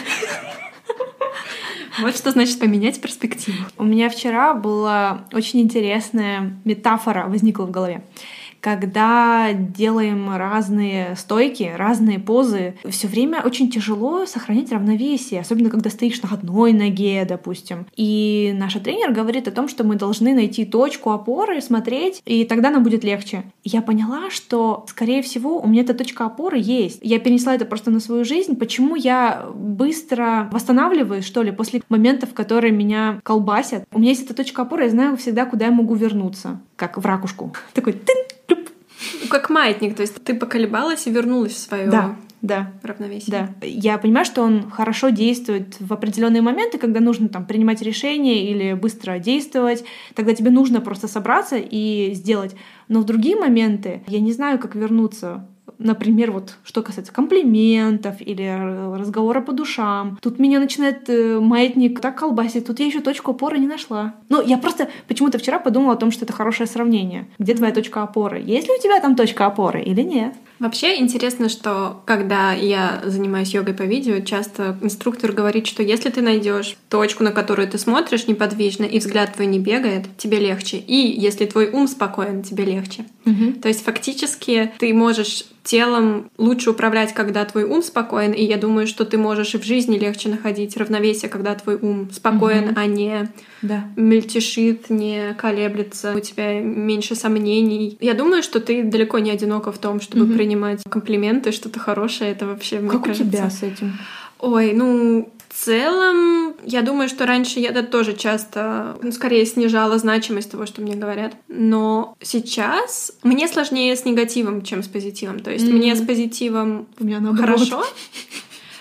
Вот что значит поменять перспективу. У меня вчера была очень интересная метафора, возникла в голове. Когда делаем разные стойки, разные позы, все время очень тяжело сохранять равновесие, особенно когда стоишь на одной ноге, допустим. И наша тренер говорит о том, что мы должны найти точку опоры, смотреть, и тогда нам будет легче. И я поняла, что, скорее всего, у меня эта точка опоры есть. Я перенесла это просто на свою жизнь. Почему я быстро восстанавливаюсь, что ли, после моментов, которые меня колбасят? У меня есть эта точка опоры, я знаю всегда, куда я могу вернуться. Как в ракушку. Такой тын. Как маятник, то есть ты поколебалась и вернулась в свое Да, да. равновесие. Да. Я понимаю, что он хорошо действует в определенные моменты, когда нужно там принимать решения или быстро действовать. Тогда тебе нужно просто собраться и сделать. Но в другие моменты я не знаю, как вернуться. Например, вот что касается комплиментов или разговора по душам. Тут меня начинает э, маятник так колбасить. Тут я еще точку опоры не нашла. Ну, я просто почему-то вчера подумала о том, что это хорошее сравнение. Где твоя точка опоры? Есть ли у тебя там точка опоры или нет? Вообще интересно, что когда я занимаюсь йогой по видео, часто инструктор говорит, что если ты найдешь точку, на которую ты смотришь неподвижно, и взгляд твой не бегает, тебе легче. И если твой ум спокоен, тебе легче. Угу. То есть фактически ты можешь телом лучше управлять, когда твой ум спокоен, и я думаю, что ты можешь и в жизни легче находить равновесие, когда твой ум спокоен, Угу. а не Да. мельтешит, не колеблется, у тебя меньше сомнений. Я думаю, что ты далеко не одинока в том, чтобы Мгм. принимать комплименты, что-то хорошее. Это вообще, мне Как кажется... у тебя с этим? Ой, ну, в целом, я думаю, что раньше я да, тоже часто, ну, скорее снижала значимость того, что мне говорят. Но сейчас мне сложнее с негативом, чем с позитивом. То есть М. мне с позитивом У меня наоборот. хорошо,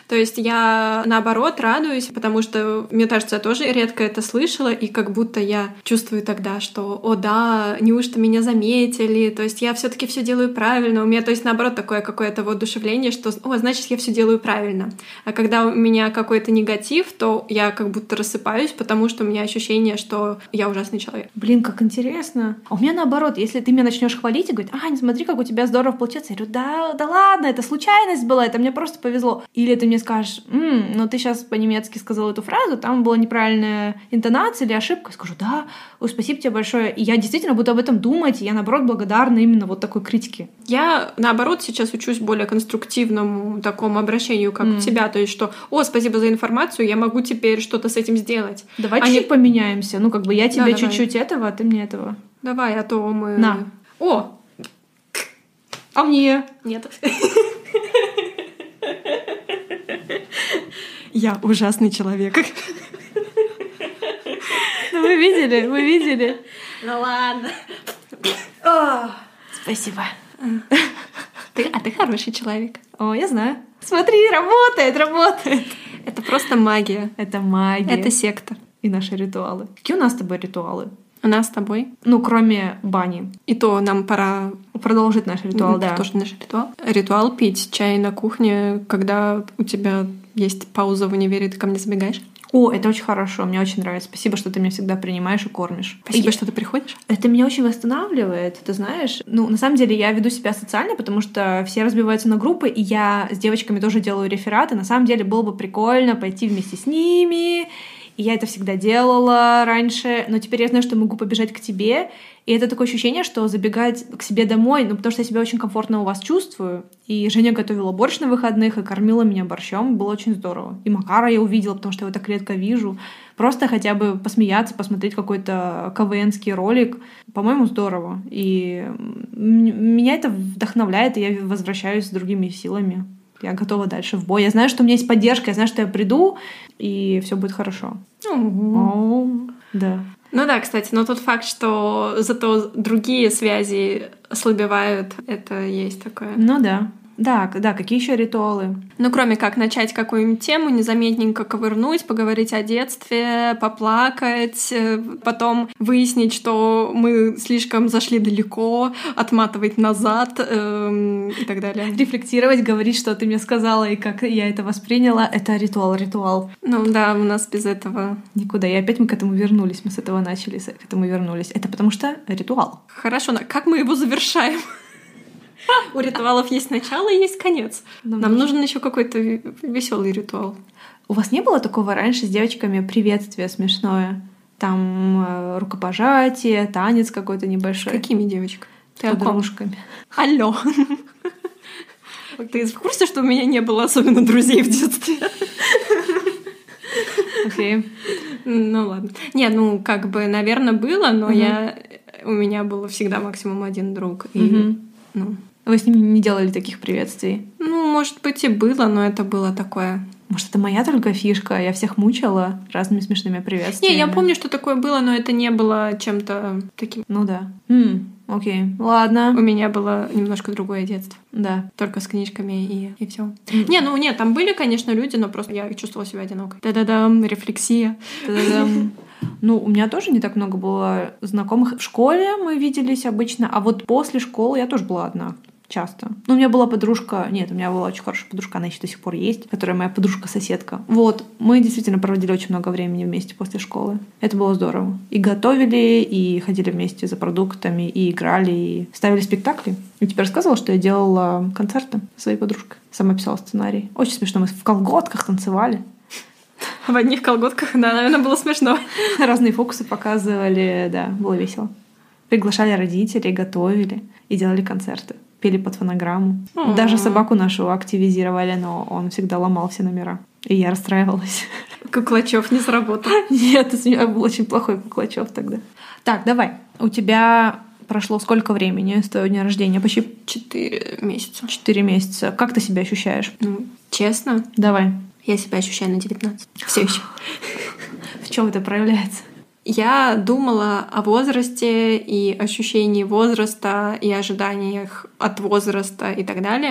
То есть я, наоборот, радуюсь, потому что, мне кажется, я тоже редко это слышала, и как будто я чувствую тогда, что, о да, неужто меня заметили, то есть я все таки все делаю правильно. У меня, то есть, наоборот, такое какое-то воодушевление, что, о, значит, я все делаю правильно. А когда у меня какой-то негатив, то я как будто рассыпаюсь, потому что у меня ощущение, что я ужасный человек. Блин, как интересно. А у меня наоборот, если ты меня начнешь хвалить и говорить, Ань, смотри, как у тебя здорово получается, я говорю, да, да ладно, это случайность была, это мне просто повезло. Или ты мне скажешь, М, ну ты сейчас по-немецки сказала эту фразу, там была неправильная интонация или ошибка. Я скажу, да, ой, спасибо тебе большое. И я действительно буду об этом думать, и я, наоборот, благодарна именно вот такой критике. Я, наоборот, сейчас учусь более конструктивному такому обращению, как Mm. у тебя, то есть что, о, спасибо за информацию, я могу теперь что-то с этим сделать. Давай а чуть-чуть не... поменяемся. Ну, как бы я тебе Да, чуть-чуть этого, а ты мне этого. Давай, а то мы... На. О! А мне? Нет. Я ужасный человек. Ну, вы видели, вы видели. Ну ладно. Спасибо. Ты, а ты хороший человек. О, я знаю. Смотри, работает, работает. Это просто магия. Это магия. Это секта. И наши ритуалы. Какие у нас с тобой ритуалы? У нас с тобой. Ну, кроме бани. И то нам пора продолжить наш ритуал, да. Тоже наш ритуал. Ритуал пить чай на кухне, когда у тебя есть пауза в универе, ты ко мне забегаешь. О, это очень хорошо, мне очень нравится. Спасибо, что ты меня всегда принимаешь и кормишь. Спасибо, и... что ты приходишь. Это меня очень восстанавливает, ты знаешь. Ну, на самом деле, я веду себя социально, потому что все разбиваются на группы, и я с девочками тоже делаю рефераты. На самом деле, было бы прикольно пойти вместе с ними. И я это всегда делала раньше, но теперь я знаю, что могу побежать к тебе. И это такое ощущение, что забегать к себе домой, ну, потому что я себя очень комфортно у вас чувствую. И Женя готовила борщ на выходных и кормила меня борщом. Было очень здорово. И Макара я увидела, потому что я его так редко вижу. Просто хотя бы посмеяться, посмотреть какой-то КВНский ролик. По-моему, здорово. И меня это вдохновляет, и я возвращаюсь с другими силами. Я готова дальше в бой. Я знаю, что у меня есть поддержка, я знаю, что я приду, и все будет хорошо. О, да. Ну да, кстати, но тот факт, что зато другие связи ослабевают, это есть такое. Ну да. Да, да, какие еще ритуалы? Ну, кроме как начать какую-нибудь тему, незаметненько ковырнуть, поговорить о детстве, поплакать, потом выяснить, что мы слишком зашли далеко, отматывать назад эм, и так далее. Рефлексировать, говорить, что ты мне сказала и как я это восприняла. Это ритуал, ритуал. Ну да, у нас без этого... Никуда. И опять мы к этому вернулись. Мы с этого начали, к этому вернулись. Это потому что ритуал. Хорошо, как мы его завершаем? У ритуалов есть начало и есть конец. Нам, Нам нужен еще какой-то веселый ритуал. У вас не было такого раньше с девочками приветствия смешное? Там э, рукопожатие, танец какой-то небольшой. С какими девочками? С подружками. Алло. Ты в курсе, что у меня не было особенно друзей в детстве? Окей. Ну ладно. Не, ну как бы, наверное, было, но я у меня было всегда максимум один друг. И, ну... Вы с ним не делали таких приветствий? Ну, может быть, и было, но это было такое... Может, это моя только фишка? Я всех мучила разными смешными приветствиями. Не, я помню, что такое было, но это не было чем-то таким... Ну да. М, окей, ладно. У меня было немножко другое детство. Да. Только с книжками и, и все. Mm. Не, ну нет, там были, конечно, люди, но просто я чувствовала себя одинокой. Да-да-дам, рефлексия. Да-да-дам. Ну, у меня тоже не так много было знакомых. В школе мы виделись обычно, а вот после школы я тоже была одна. Часто. Ну, у меня была подружка... Нет, у меня была очень хорошая подружка, она еще до сих пор есть, которая моя подружка-соседка. Вот. Мы действительно проводили очень много времени вместе после школы. Это было здорово. И готовили, и ходили вместе за продуктами, и играли, и ставили спектакли. Я тебе рассказывала, что я делала концерты со своей подружкой. Сама писала сценарий. Очень смешно. Мы в колготках танцевали. В одних колготках, да, наверное, было смешно. Разные фокусы показывали, да, было весело. Приглашали родителей, готовили и делали концерты. Пели под фонограмму. Mm-hmm. Даже собаку нашу активизировали, но он всегда ломал все номера. И я расстраивалась. Куклачев не сработал. Нет, у меня был очень плохой Куклачев тогда. Так, давай. У тебя прошло сколько времени с твоего дня рождения? Почти четыре месяца. Четыре месяца. Как ты себя ощущаешь? Ну, честно? Давай. Я себя ощущаю на девятнадцать. Все еще. В чем это проявляется? Я думала о возрасте и ощущении возраста, и ожиданиях от возраста и так далее.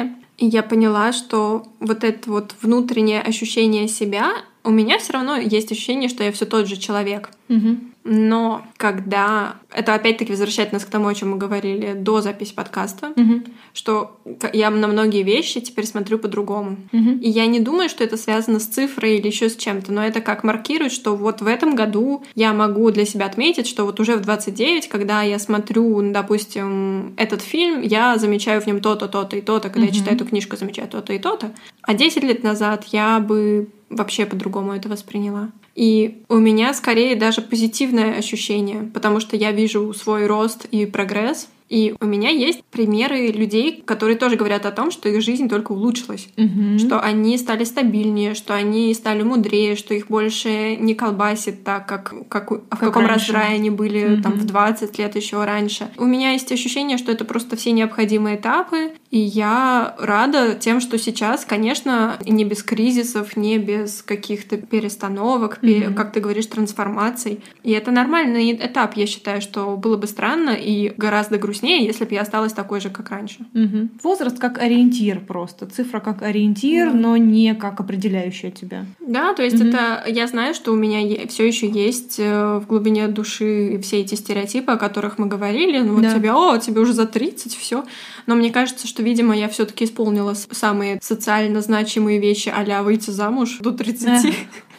И я поняла, что вот это вот внутреннее ощущение себя, у меня все равно есть ощущение, что я все тот же человек. Угу. Но когда... Это опять-таки возвращает нас к тому, о чем мы говорили до записи подкаста, угу. что я на многие вещи теперь смотрю по-другому. Угу. И я не думаю, что это связано с цифрой или еще с чем-то, но это как маркирует, что вот в этом году я могу для себя отметить, что вот уже в двадцать девять, когда я смотрю, допустим, этот фильм, я замечаю в нем то-то, то-то и то-то, когда угу. я читаю эту книжку, замечаю то-то и то-то. А десять лет назад я бы вообще по-другому это восприняла. И у меня скорее даже позитивное ощущение, потому что я вижу свой рост и прогресс. И у меня есть примеры людей, которые тоже говорят о том, что их жизнь только улучшилась, угу. что они стали стабильнее, что они стали мудрее, что их больше не колбасит так, как, как, как в каком раньше. раздрае они были угу. там, в двадцать лет еще раньше. У меня есть ощущение, что это просто все необходимые этапы, и я рада тем, что сейчас, конечно, не без кризисов, не без каких-то перестановок, угу. как ты говоришь, трансформаций. И это нормальный этап, я считаю, что было бы странно и гораздо грустнее, если бы я осталась такой же, как раньше. Угу. Возраст как ориентир просто. Цифра как ориентир, угу. но не как определяющая тебя. Да, то есть угу. это я знаю, что у меня все еще есть в глубине души все эти стереотипы, о которых мы говорили. Ну вот да. тебе, о, тебе уже за тридцать, все. Но мне кажется, что, видимо, я все-таки исполнила самые социально значимые вещи, а-ля выйти замуж до тридцати.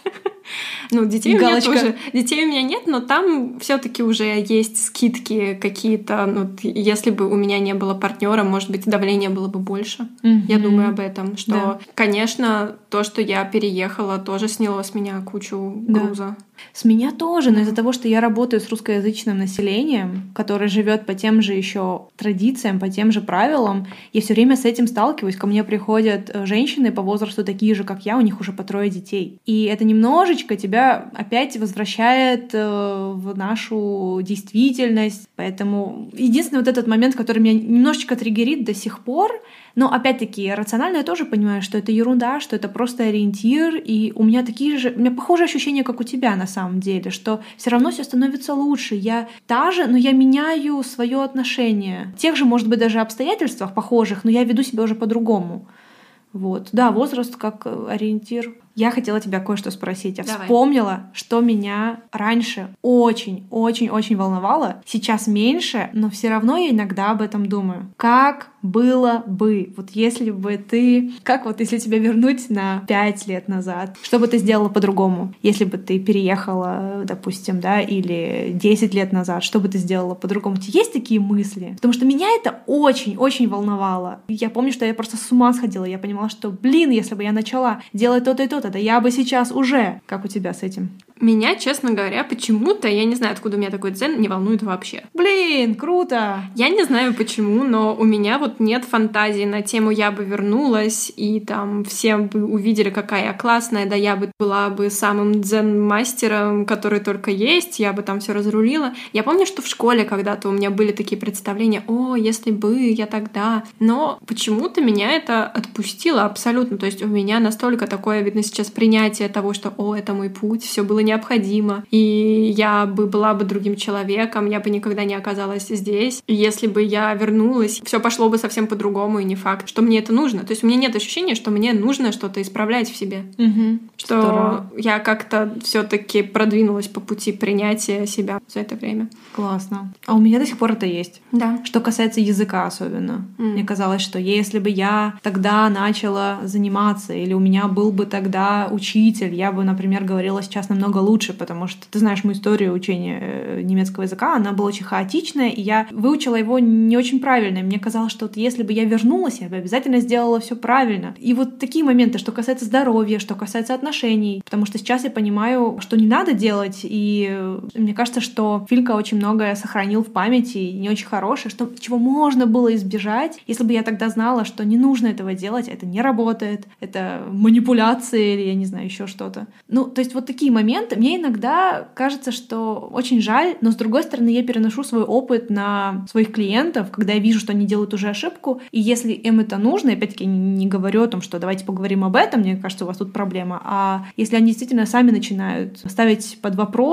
Ну, детей Галочка. у меня тоже. Детей у меня нет, но там все-таки уже есть скидки какие-то. Ну, если бы у меня не было партнера, может быть, давление было бы больше. Mm-hmm. Я думаю об этом. Что, да. конечно, то, что я переехала, тоже сняло с меня кучу груза. Да. С меня тоже, но из-за того, что я работаю с русскоязычным населением, которое живет по тем же еще традициям, по тем же правилам, я все время с этим сталкиваюсь. Ко мне приходят женщины по возрасту такие же, как я, у них уже по трое детей. И это немножечко тебя опять возвращает в нашу действительность. Поэтому единственный вот этот момент, который меня немножечко триггерит до сих пор, но опять-таки рационально я тоже понимаю, что это ерунда, что это просто ориентир, и у меня такие же, у меня похожие ощущения, как у тебя на самом деле, что все равно все становится лучше. Я та же, но я меняю свое отношение. В тех же, может быть, даже обстоятельствах похожих, но я веду себя уже по-другому. Вот. Да, возраст как ориентир. Я хотела тебя кое-что спросить. Я Давай. вспомнила, что меня раньше очень-очень-очень волновало. Сейчас меньше, но все равно я иногда об этом думаю. Как было бы, вот если бы ты... Как вот если тебя вернуть на пять лет назад? Что бы ты сделала по-другому? Если бы ты переехала, допустим, да, или десять лет назад, что бы ты сделала по-другому? У тебя есть такие мысли? Потому что меня это очень-очень волновало. Я помню, что я просто с ума сходила. Я понимала, что, блин, если бы я начала делать то-то и то-то, да я бы сейчас уже... Как у тебя с этим? Меня, честно говоря, почему-то, я не знаю, откуда у меня такой дзен, не волнует вообще. Блин, круто! Я не знаю почему, но у меня вот нет фантазии на тему «я бы вернулась», и там все бы увидели, какая я классная, да я бы была бы самым дзен-мастером, который только есть, я бы там все разрулила. Я помню, что в школе когда-то у меня были такие представления: «О, если бы я тогда...» Но почему-то меня это отпустило абсолютно. То есть у меня настолько такое, видно, сейчас принятие того, что «О, это мой путь, все было необходимо, и я бы была бы другим человеком, я бы никогда не оказалась здесь. И если бы я вернулась, все пошло бы совсем по-другому, и не факт, что мне это нужно. То есть у меня нет ощущения, что мне нужно что-то исправлять в себе. Угу. Что Здорово. Я как-то все-таки продвинулась по пути принятия себя за это время. Классно. А у меня до сих пор это есть. Да. Что касается языка особенно. Mm. Мне казалось, что если бы я тогда начала заниматься, или у меня был бы тогда учитель, я бы, например, говорила сейчас намного лучше, потому что ты знаешь мою историю учения немецкого языка, она была очень хаотичная, и я выучила его не очень правильно. И мне казалось, что вот если бы я вернулась, я бы обязательно сделала все правильно. И вот такие моменты, что касается здоровья, что касается отношений, потому что сейчас я понимаю, что не надо делать, и мне кажется, что Филька очень многое сохранил в памяти, и не очень хорошее, что, чего можно было избежать, если бы я тогда знала, что не нужно этого делать, это не работает, это манипуляции или, я не знаю, еще что-то. Ну, то есть вот такие моменты. Мне иногда кажется, что очень жаль, но с другой стороны я переношу свой опыт на своих клиентов, когда я вижу, что они делают уже ошибку, и если им это нужно, и опять-таки не говорю о том, что давайте поговорим об этом, мне кажется, у вас тут проблема, а если они действительно сами начинают ставить под вопрос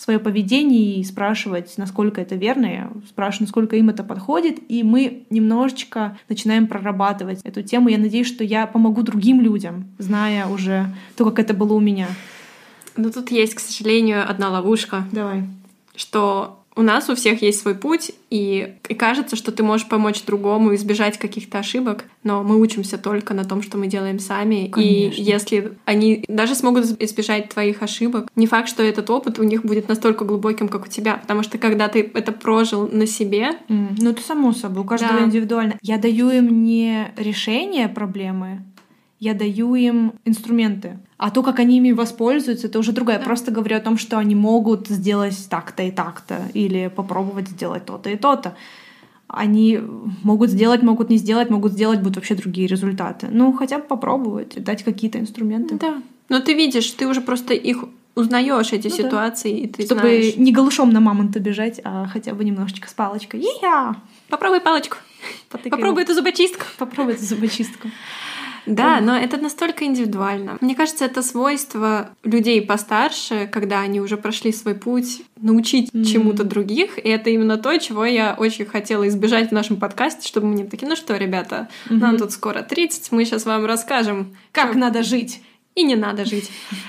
свое поведение и спрашивать, насколько это верно, я спрашиваю, насколько им это подходит, и мы немножечко начинаем прорабатывать эту тему. Я надеюсь, что я помогу другим людям, зная уже то, как это было у меня. Но тут есть, к сожалению, одна ловушка. Давай. Что у нас у всех есть свой путь, и, и кажется, что ты можешь помочь другому избежать каких-то ошибок, но мы учимся только на том, что мы делаем сами. Конечно. И если они даже смогут избежать твоих ошибок, не факт, что этот опыт у них будет настолько глубоким, как у тебя, потому что когда ты это прожил на себе... Mm. Ну, это само собой, у каждого да. индивидуально. Я даю им не решение проблемы, я даю им инструменты. А то, как они ими воспользуются, это уже другое. Да. Я просто говорю о том, что они могут сделать так-то и так-то, или попробовать сделать то-то и то-то. Они могут сделать, могут не сделать, могут сделать, будут вообще другие результаты. Ну, хотя бы попробовать, дать какие-то инструменты. Да. Но ты видишь, ты уже просто их узнаешь, эти ну, ситуации, да. и ты Чтобы знаешь. не голышом на мамонта бежать, а хотя бы немножечко с палочкой. Я! Попробуй палочку. Потыкай. Попробуй эту зубочистку. Попробуй эту зубочистку. Да, но это настолько индивидуально. Мне кажется, это свойство людей постарше, когда они уже прошли свой путь, научить mm. чему-то других. И это именно то, чего я очень хотела избежать в нашем подкасте, чтобы мы не такие, ну что, ребята, mm-hmm. нам тут скоро тридцать, мы сейчас вам расскажем, как что... надо жить. И не надо жить.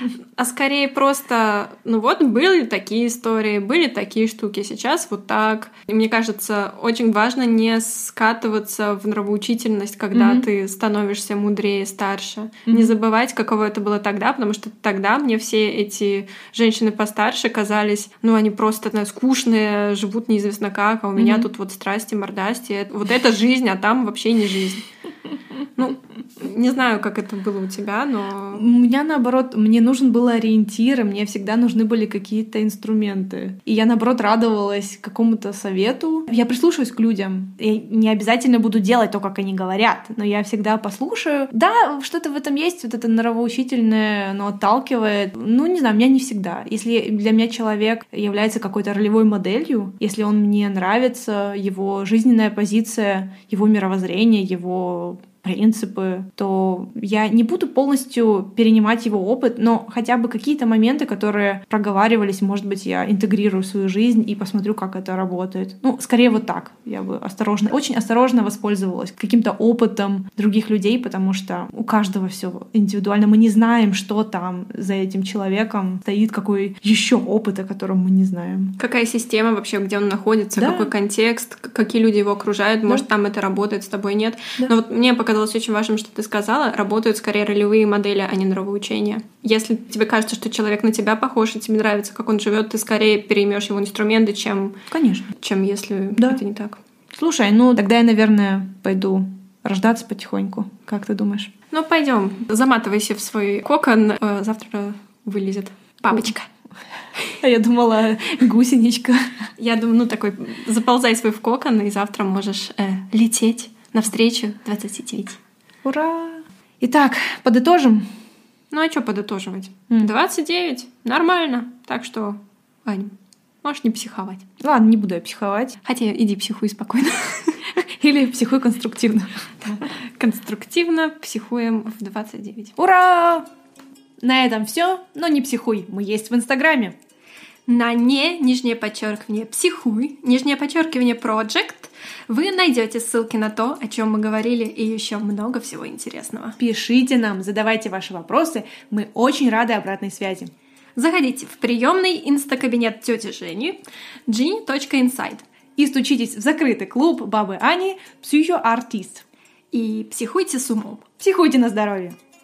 А скорее просто, ну вот, были такие истории, были такие штуки, сейчас вот так. И мне кажется, очень важно не скатываться в нравоучительность, когда mm-hmm. ты становишься мудрее, старше. Mm-hmm. Не забывать, каково это было тогда, потому что тогда мне все эти женщины постарше казались, ну, они просто, знаю, скучные, живут неизвестно как, а у mm-hmm. меня тут вот страсти, мордасти. Вот это жизнь, а там вообще не жизнь. Ну, не знаю, как это было у тебя, но... У меня, наоборот, мне нужен был ориентир, и мне всегда нужны были какие-то инструменты. И я, наоборот, радовалась какому-то совету. Я прислушиваюсь к людям. Я не обязательно буду делать то, как они говорят, но я всегда послушаю. Да, что-то в этом есть, вот это нравоучительное, оно отталкивает. Ну, не знаю, меня не всегда. Если для меня человек является какой-то ролевой моделью, если он мне нравится, его жизненная позиция, его мировоззрение, его принципы, то я не буду полностью перенимать его опыт, но хотя бы какие-то моменты, которые проговаривались, может быть, я интегрирую в свою жизнь и посмотрю, как это работает. Ну, скорее вот так. Я бы осторожно, очень осторожно воспользовалась каким-то опытом других людей, потому что у каждого все индивидуально. Мы не знаем, что там за этим человеком стоит, какой еще опыт, о котором мы не знаем. Какая система вообще, где он находится, да. какой контекст, какие люди его окружают, да. Может, там это работает, с тобой нет. Да. Но вот мне показалось очень важным, что ты сказала, работают скорее ролевые модели, а не нравоучения. Если тебе кажется, что человек на тебя похож, и тебе нравится, как он живет, ты скорее переймешь его инструменты, чем, Конечно. чем если да. это не так. Слушай, ну тогда я, наверное, пойду рождаться потихоньку. Как ты думаешь? Ну, пойдем. Заматывайся в свой кокон. Завтра вылезет бабочка. А я думала, гусеничка. Я думаю, ну такой, заползай свой в кокон, и завтра можешь э, лететь навстречу двадцати девяти. Ура! Итак, подытожим. Ну а что подытоживать? Mm. двадцать девять. Нормально. Так что, Ань, можешь не психовать. Ладно, не буду я психовать. Хотя иди психуй спокойно. Или психуй конструктивно. Конструктивно психуем в двадцать девять. Ура! На этом все, но не психуй. Мы есть в Инстаграме. На не, нижнее подчеркивание, психуй, нижнее подчеркивание, project, вы найдете ссылки на то, о чем мы говорили, и еще много всего интересного. Пишите нам, задавайте ваши вопросы, мы очень рады обратной связи. Заходите в приемный инстакабинет тети Жени джини точка инсайд и стучитесь в закрытый клуб бабы Ани «Психоартист». И психуйте с умом. Психуйте на здоровье.